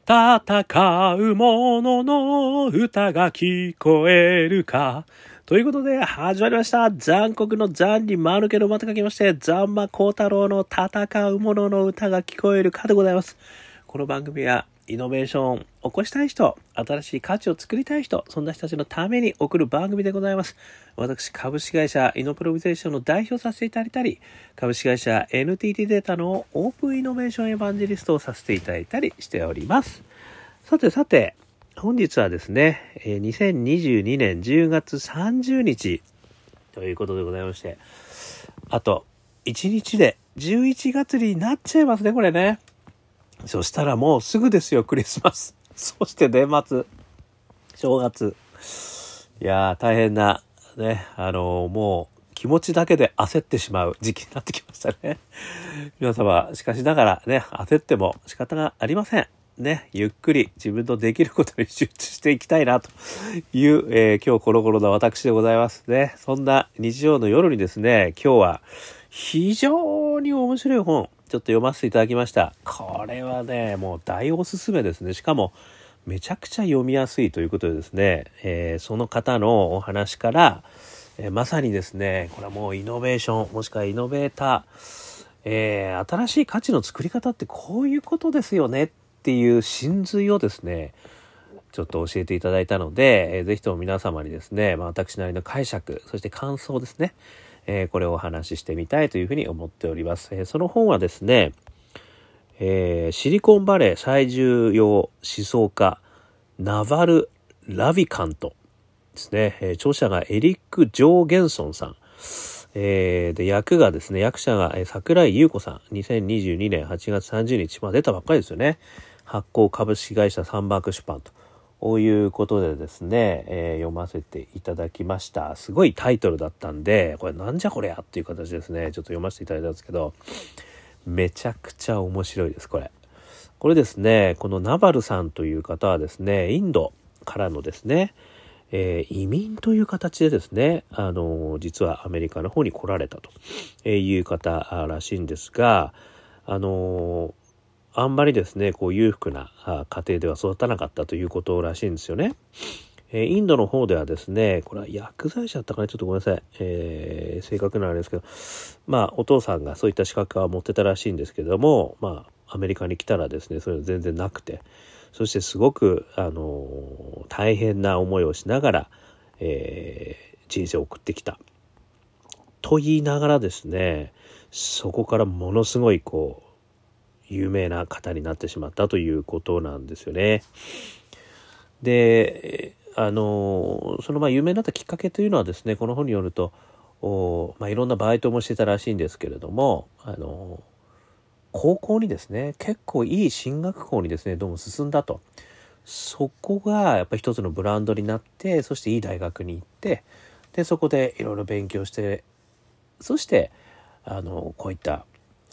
戦う者の歌が聞こえるか。ということで始まりました。残酷の残に間抜けのまた書きまして、残馬高太郎の戦う者の歌が聞こえるかでございます。この番組はイノベーションを起こしたい人、新しい価値を作りたい人、そんな人たちのために送る番組でございます。私、株式会社イノプロビゼーションの代表させていただいたり、株式会社 NTT データのオープンイノベーションエヴァンジェリストをさせていただいたりしております。さて、本日はですね、2022年10月30日ということでございまして、あと1日で11月になっちゃいますね、これね。そしたらもうすぐですよ、クリスマス。そして年末、正月。いやー、大変な、ね、もう気持ちだけで焦ってしまう時期になってきましたね。皆様、しかしながらね、焦っても仕方がありません。ね、ゆっくり自分のできることに集中していきたいなという、今日この頃の私でございますね。そんな日曜の夜にですね、今日は非常に面白い本、ちょっと読ませていただきました。これはね、もう大おすすめですね。しかもめちゃくちゃ読みやすいということでですね、その方のお話から、まさにですね、これはもうイノベーション、もしくはイノベーター、新しい価値の作り方ってこういうことですよねっていう真髄をですね、ちょっと教えていただいたので、ぜひとも皆様にですね、私なりの解釈、そして感想ですね、これをお話ししてみたいというふうに思っております。その本はですね、シリコンバレー最重要思想家ナバル・ラビカントですね、著者がエリック・ジョーゲンソンさん、で役者が桜井優子さん、2022年8月30日、出たばっかりですよね。発行株式会社サンバーク出版ということでですね、読ませていただきました。すごいタイトルだったんで、これなんじゃこりゃっていう形ですね、ちょっと読ませていただいたんですけど、めちゃくちゃ面白いです。これですね、このナバルさんという方はですね、インドからのですね、移民という形でですね、実はアメリカの方に来られたという方らしいんですが、あんまりですね、こう裕福な家庭では育たなかったということらしいんですよね。インドの方ではですね、これは薬剤師だったかな、ちょっとごめんなさい、正確なあれですけど、お父さんがそういった資格は持ってたらしいんですけども、アメリカに来たらですね、それは全然なくて、そしてすごく大変な思いをしながら、人生を送ってきたと言いながらですね、そこからものすごい有名な方になってしまったということなんですよね。で、その有名になったきっかけというのはですね、この本によるといろんなバイトもしてたらしいんですけれども、高校にですね、結構いい進学校にですね、どうも進んだと。そこがやっぱり一つのブランドになって、そしていい大学に行って、でそこでいろいろ勉強して、そしてこういった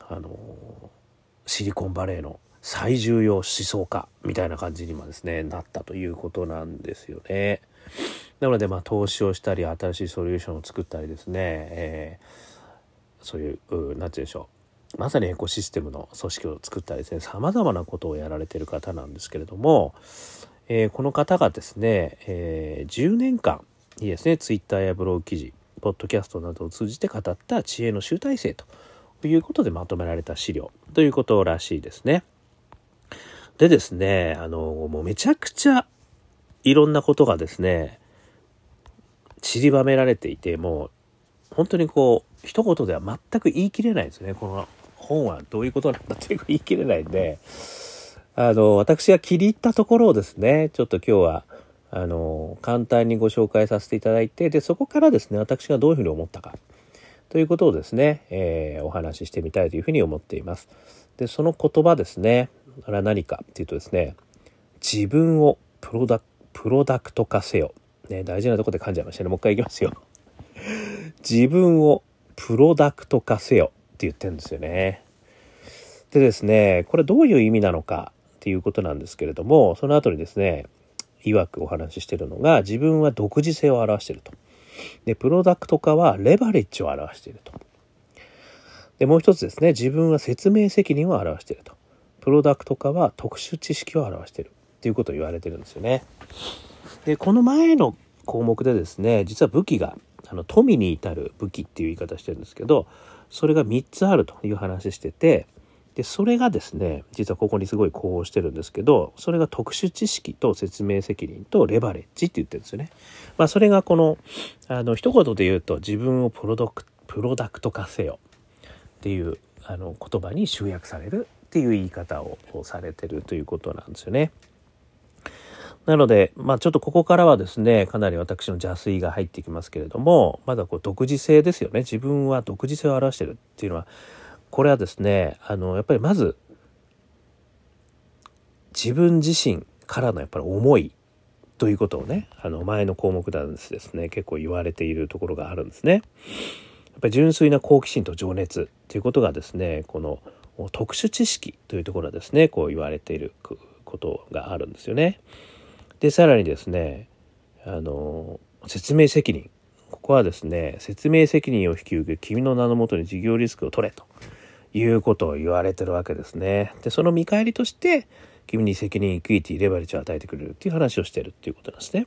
シリコンバレーの最重要思想家みたいな感じにもですねなったということなんですよね。なので投資をしたり、新しいソリューションを作ったりですね、そういうなんて言うんでしょう、まさにエコシステムの組織を作ったりですね、様々なことをやられている方なんですけれども、この方がですね、10年間にですね、ツイッターやブログ記事、ポッドキャストなどを通じて語った知恵の集大成ということでまとめられた資料ということらしいですね。でですね、もうめちゃくちゃいろんなことがですね散りばめられていて、もう本当に一言では全く言い切れないですね。この本はどういうことなんだって言い切れないんで、私が気に入ったところをですね、ちょっと今日は簡単にご紹介させていただいて、でそこからですね、私がどういうふうに思ったかということをですね、お話ししてみたいというふうに思っています。でその言葉ですね、あれは何かっていうとですね、自分をプロダクト化せよ、ね、大事なところで噛んじゃいましたね。もう一回いきますよ。自分をプロダクト化せよって言ってるんですよね。でですね、これどういう意味なのかっていうことなんですけれども、その後にですね、曰くお話ししているのが、自分は独自性を表していると。でプロダクト化はレバレッジを表していると。でもう一つですね、自分は説明責任を表していると。 プロダクト化は特殊知識を表しているっていうことを言われてるんですよね。でこの前の項目でですね、実は武器が富に至る武器っていう言い方してるんですけど、それが3つあるという話してて、でそれがですね、実はここにすごい呼応してるんですけど、それが特殊知識と説明責任とレバレッジって言ってるんですよね。それがこの一言で言うと、自分をプロダクト化せよっていう言葉に集約されるっていう言い方をされてるということなんですよね。なので、ちょっとここからはですね、かなり私の邪推が入ってきますけれども、まだ独自性ですよね。自分は独自性を表しているっていうのは、これはですね、やっぱりまず自分自身からのやっぱり思いということをね、前の項目でですね、結構言われているところがあるんですね。やっぱり純粋な好奇心と情熱ということがですね、この特殊知識というところはですね、こう言われていることがあるんですよね。でさらにですね、説明責任、ここはですね、説明責任を引き受け君の名のもとに事業リスクを取れということを言われてるわけですね。でその見返りとして君に責任、イクイティ、レバレッジを与えてくれるっていう話をしているっていうことなんですね。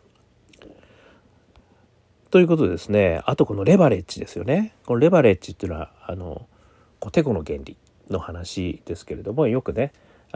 ということでですね、あとこのレバレッジですよね。このレバレッジっていうのはテコの原理の話ですけれども、よくね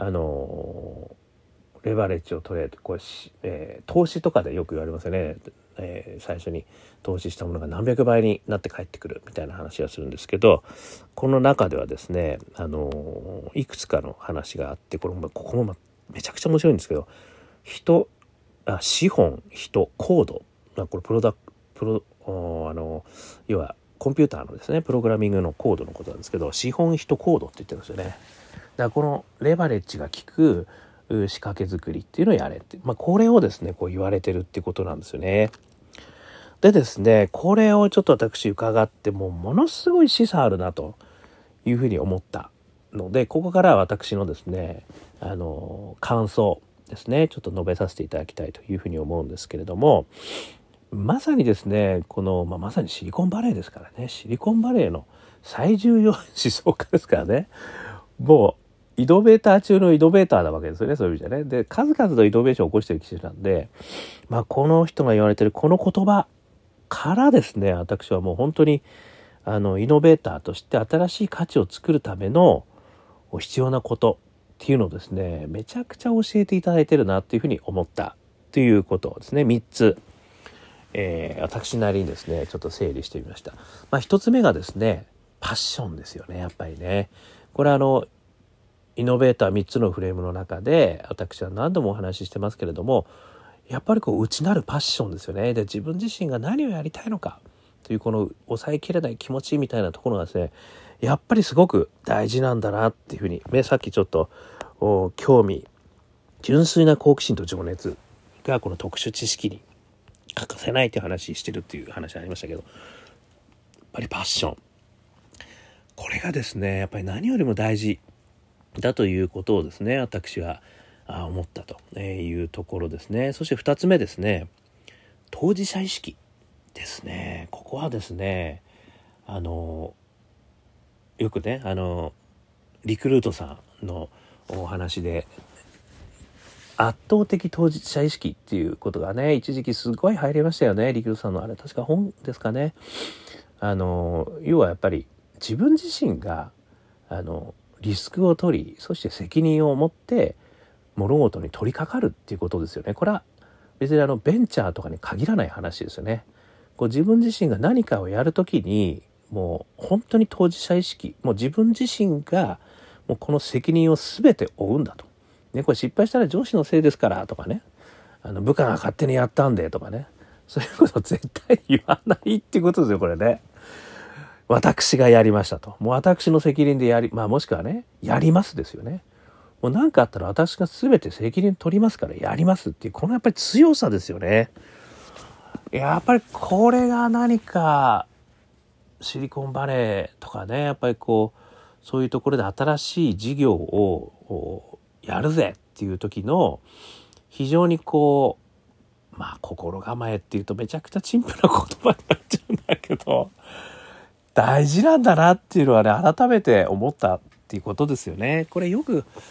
レバレッジを取れ、投資とかでよく言われますよね。最初に投資したものが何百倍になって帰ってくるみたいな話をするんですけど、この中ではですね、いくつかの話があって、ここもめちゃくちゃ面白いんですけど、資本、人、コード、これ要はコンピューターのですね、プログラミングのコードのことなんですけど、資本、人、コードって言ってるんですよね。だからこのレバレッジが効く仕掛け作りっていうのをやれって、これをですねこう言われてるってことなんですよね。でですね、これをちょっと私伺ってものすごい示唆あるなというふうに思ったので、ここからは私のですね感想ですね、ちょっと述べさせていただきたいというふうに思うんですけれども、まさにですねこの、まさにシリコンバレーですからね、シリコンバレーの最重要思想家ですからね、もうイノベーター中のイノベーターなわけですよね、そういう意味じゃね。で数々のイノベーションを起こしている記事なんで、この人が言われているこの言葉からですね、私はもう本当にイノベーターとして新しい価値を作るための必要なことっていうのをですね、めちゃくちゃ教えていただいてるなっていうふうに思ったということをですね、3つ、私なりにですねちょっと整理してみました。1つ目がですね、パッションですよね。やっぱりね、これイノベーター3つのフレームの中で私は何度もお話ししてますけれども、やっぱり内なるパッションですよね。で自分自身が何をやりたいのかというこの抑えきれない気持ちみたいなところがですね、やっぱりすごく大事なんだなっていうふうに、さっきちょっと興味、純粋な好奇心と情熱がこの特殊知識に欠かせないっていう話してるっていう話ありましたけど、やっぱりパッション、これがですねやっぱり何よりも大事だということをですね、私は思ったというところですね。そして2つ目ですね、当事者意識ですね。ここはですねよくねリクルートさんのお話で圧倒的当事者意識っていうことがね、一時期すごい入りましたよね。リクルートさんの確か本ですかね。要はやっぱり自分自身がリスクを取り、そして責任を持って物事に取り掛かるっていうことですよね。これは別にベンチャーとかに限らない話ですよね。自分自身が何かをやるときにもう本当に当事者意識、もう自分自身がもうこの責任を全て負うんだと、これ失敗したら上司のせいですからとかね、部下が勝手にやったんでとかね、そういうことを絶対言わないっていうことですよ、これね。私がやりましたと、もう私の責任でもしくはね、やりますですよね。もう何かあったら私が全て責任取りますからやりますっていう、このやっぱり強さですよね。やっぱりこれが何かシリコンバレーとかね、やっぱりそういうところで新しい事業をやるぜっていう時の非常に心構えっていうとめちゃくちゃ陳腐な言葉になっちゃうんだけど、大事なんだなっていうのはね、改めて思ったっていうことですよね。これよく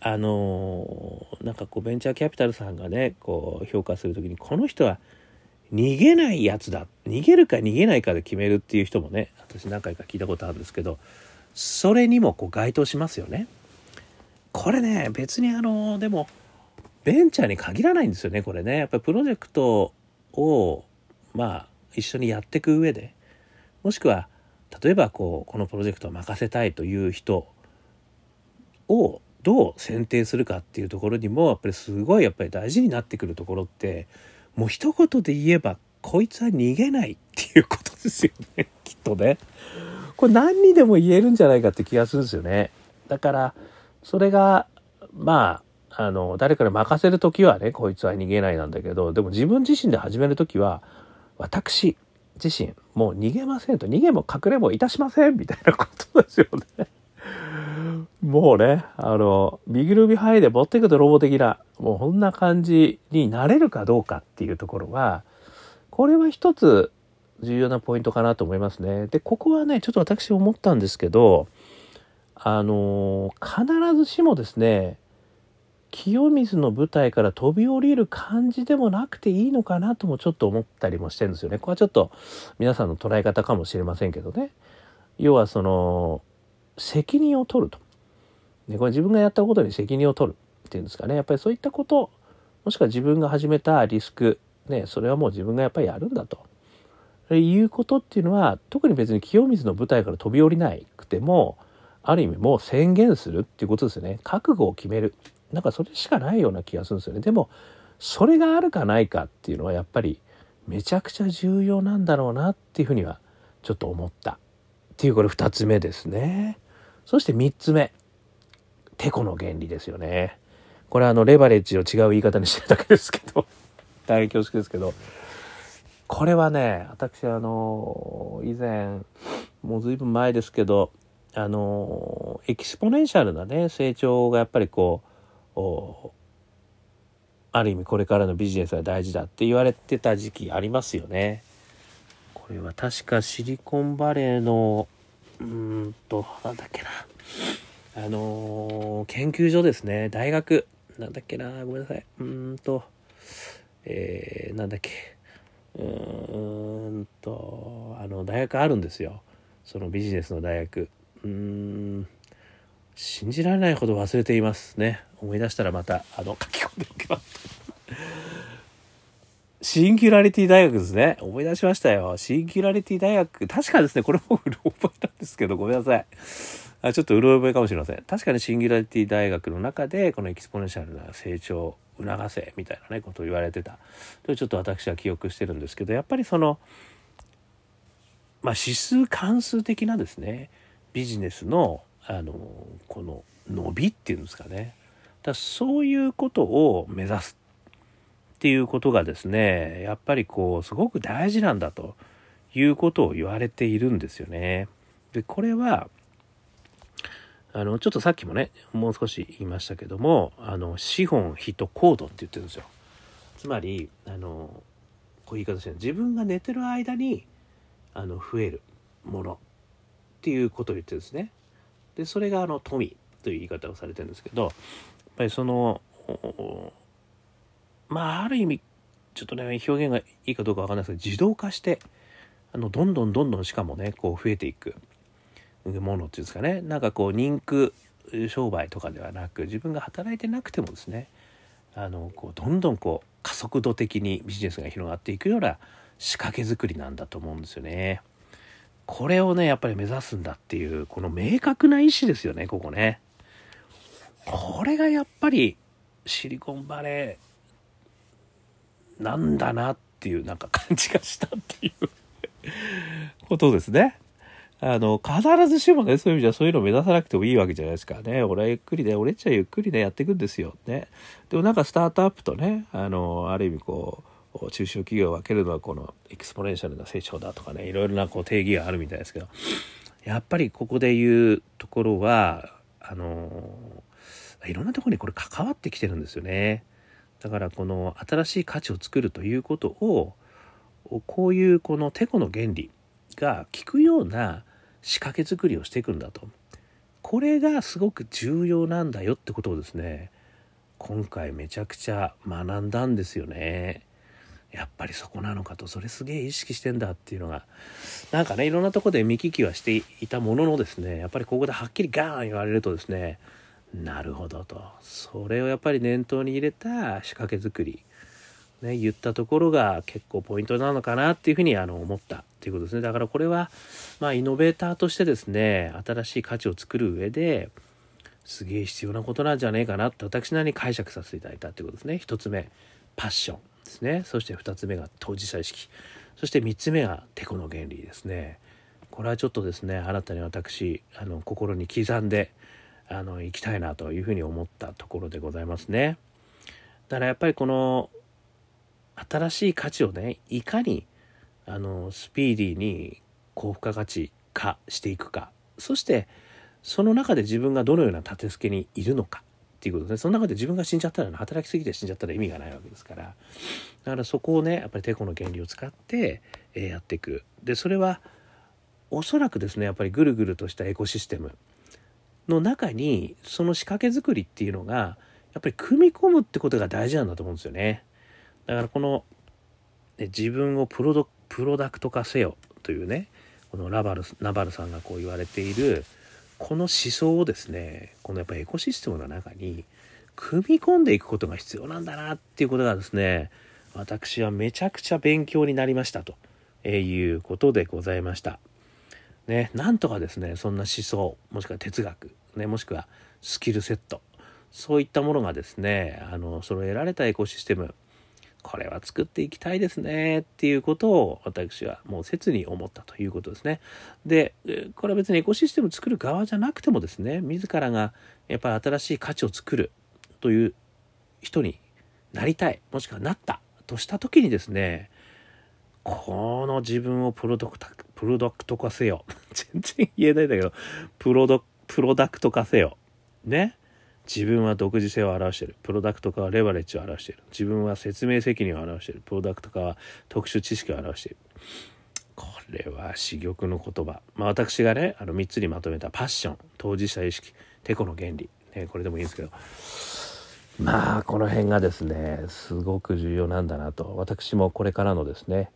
なんかこうベンチャーキャピタルさんがねこう評価するときに、この人は逃げないやつだ、逃げるか逃げないかで決めるっていう人もね、私何回か聞いたことあるんですけど、それにもこう該当しますよね。これね、別にでもベンチャーに限らないんですよね、これね。やっぱりプロジェクトを一緒にやっていく上で、もしくは例えばこのプロジェクトを任せたいという人をどう選定するかっていうところにもやっぱりすごいやっぱり大事になってくるところって、もう一言で言えばこいつは逃げないっていうことですよねきっとね。これ何にでも言えるんじゃないかって気がするんですよね。だからそれが誰かに任せるときはね、こいつは逃げないなんだけど、でも自分自身で始めるときは、私自身もう逃げませんと、逃げも隠れもいたしませんみたいなことですよね。もうね、身ぐるみ剥いで持っていくとロボ的な、もうこんな感じになれるかどうかっていうところは、これは一つ重要なポイントかなと思いますね。で、ここはね、ちょっと私思ったんですけど、必ずしもですね、清水の舞台から飛び降りる感じでもなくていいのかなともちょっと思ったりもしてるんですよね。これはちょっと皆さんの捉え方かもしれませんけどね。要は責任を取ると。で、これ自分がやったことに責任を取るっていうんですかね。やっぱりそういったこと、もしくは自分が始めたリスク、ね、それはもう自分がやっぱりやるんだと。いうことっていうのは、特に別に清水の舞台から飛び降りなくても、ある意味もう宣言するっていうことですよね。覚悟を決める。なんかそれしかないような気がするんですよね。でもそれがあるかないかっていうのはやっぱりめちゃくちゃ重要なんだろうなっていうふうにはちょっと思ったっていう、これ2つ目ですね。そして3つ目、テコの原理ですよね。これはレバレッジを違う言い方にしてるだけですけど大変恐縮ですけど、これはね、私以前もう随分前ですけどエキスポネンシャルなね成長がやっぱりある意味これからのビジネスは大事だって言われてた時期ありますよね。これは確かシリコンバレーのなんだっけな研究所ですね。大学なんだっけな、ごめんなさい。なんだっけ大学あるんですよ。そのビジネスの大学。信じられないほど忘れていますね。思い出したらまた書き込んでおきます。シンギュラリティ大学ですね。思い出しましたよ。シンギュラリティ大学。確かですね、これもうろ覚えなんですけど、ごめんなさい。ちょっとうろ覚えかもしれません。確かにシンギュラリティ大学の中で、このエキスポネンシャルな成長を促せ、みたいなね、ことを言われてた。ちょっと私は記憶してるんですけど、やっぱり指数関数的なですね、ビジネスの、この伸びっていうんですかね。そういうことを目指すっていうことがですね、やっぱりすごく大事なんだということを言われているんですよね。で、これはちょっとさっきもねもう少し言いましたけども、資本人行動って言ってるんですよ。つまりこういう言い方してる、自分が寝てる間に増えるものっていうことを言ってるんですね。で、それが富という言い方をされてるんですけど、やっぱりある意味ちょっとね表現がいいかどうかわかんないですけど、自動化してどんどんしかもね増えていくものっていうんですかね。なんか人気商売とかではなく、自分が働いてなくてもですね、どんどん加速度的にビジネスが広がっていくような仕掛け作りなんだと思うんですよね。これをねやっぱり目指すんだっていうこの明確な意思ですよね、ここね。これがやっぱりシリコンバレーなんだなっていうなんか感じがしたっていうことですね。必ずしもね、そういう意味じゃそういうのを目指さなくてもいいわけじゃないですかね。俺はゆっくりね、俺っちゃゆっくりね、やっていくんですよ。ね。でもなんかスタートアップとね、ある意味中小企業を分けるのはこのエクスポネンシャルな成長だとかね、いろいろな定義があるみたいですけど、やっぱりここで言うところは、いろんなところにこれ関わってきてるんですよね。だからこの新しい価値を作るということを、こういうこのテコの原理が効くような仕掛け作りをしていくんだと。 これがすごく重要なんだよってことをですね、今回めちゃくちゃ学んだんですよね。やっぱりそこなのかと、それすげえ意識してんだっていうのが、なんかね、いろんなところで見聞きはしていたもののですね、やっぱりここではっきりガーン言われるとですね、なるほどと、それをやっぱり念頭に入れた仕掛け作り、ね、言ったところが結構ポイントなのかなっていうふうに思ったっていうことですね。だからこれはイノベーターとしてですね、新しい価値を作る上ですげえ必要なことなんじゃねえかなって私なりに解釈させていただいたっていうことですね。一つ目パッションですね。そして二つ目が当事者意識、そして三つ目がテコの原理ですね。これはちょっとですね、新たに私心に刻んでいきたいなというふうに思ったところでございますね。だからやっぱりこの新しい価値をね、いかにスピーディーに高付加価値化していくか、そしてその中で自分がどのような立て付けにいるのかっていうことですね。その中で自分が死んじゃったら、働きすぎて死んじゃったら意味がないわけですから、だからそこをね、やっぱりテコの原理を使ってやっていく。でそれはおそらくですね、やっぱりぐるぐるとしたエコシステムの中にその仕掛け作りっていうのがやっぱり組み込むってことが大事なんだと思うんですよね。だからこの自分をプロダクト化せよというね、このナバルさんがこう言われているこの思想をですね、このやっぱりエコシステムの中に組み込んでいくことが必要なんだなっていうことがですね、私はめちゃくちゃ勉強になりましたということでございましたね。なんとかですね、そんな思想、もしくは哲学ね、もしくはスキルセット、そういったものがですね、揃えられたエコシステム、これは作っていきたいですねっていうことを私はもう切に思ったということですね。で、これは別にエコシステム作る側じゃなくてもですね、自らがやっぱり新しい価値を作るという人になりたい、もしくはなったとした時にですね、この自分をプロダクト化せよ全然言えないんだけど、プロダクト化せよね。自分は独自性を表している。プロダクト化はレバレッジを表している。自分は説明責任を表している。プロダクト化は特殊知識を表している。これは珠玉の言葉。私がね、3つにまとめたパッション、当事者意識、テコの原理、ね、これでもいいんですけど、この辺がですね、すごく重要なんだなと。私もこれからのですね、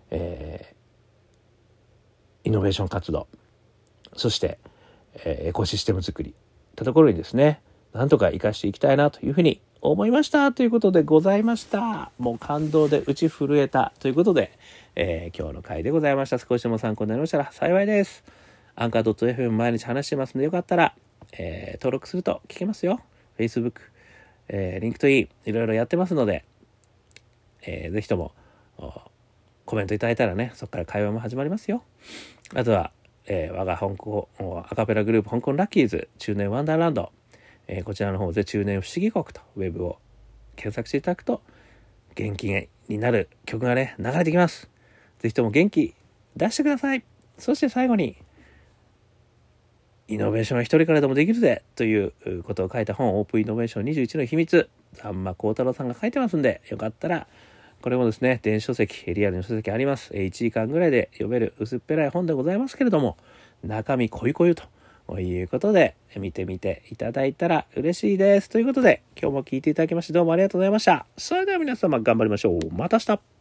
イノベーション活動、そして、エコシステム作りってところにですね、なんとか生かしていきたいなというふうに思いましたということでございました。もう感動で打ち震えたということで、今日の回でございました。少しでも参考になりましたら幸いです。アンカー .fm 毎日話してますので、よかったら、登録すると聞けますよ。Facebook、LinkedIn いろいろやってますので、ぜひともコメントいただいたらね、そこから会話も始まりますよ。あとは、我が香港アカペラグループ香港ラッキーズ中年ワンダーランド、こちらの方で中年不思議国とウェブを検索していただくと元気になる曲がね流れてきます。ぜひとも元気出してください。そして最後に、イノベーションは一人からでもできるぜということを書いた本、オープンイノベーション21の秘密、ざんまこうたろうさんが書いてますんで、よかったらこれもですね、電子書籍、リアルの書籍あります。1時間ぐらいで読める薄っぺらい本でございますけれども、中身濃いということで見てみていただいたら嬉しいです。ということで今日も聞いていただきましてどうもありがとうございました。それでは皆様頑張りましょう。また明日。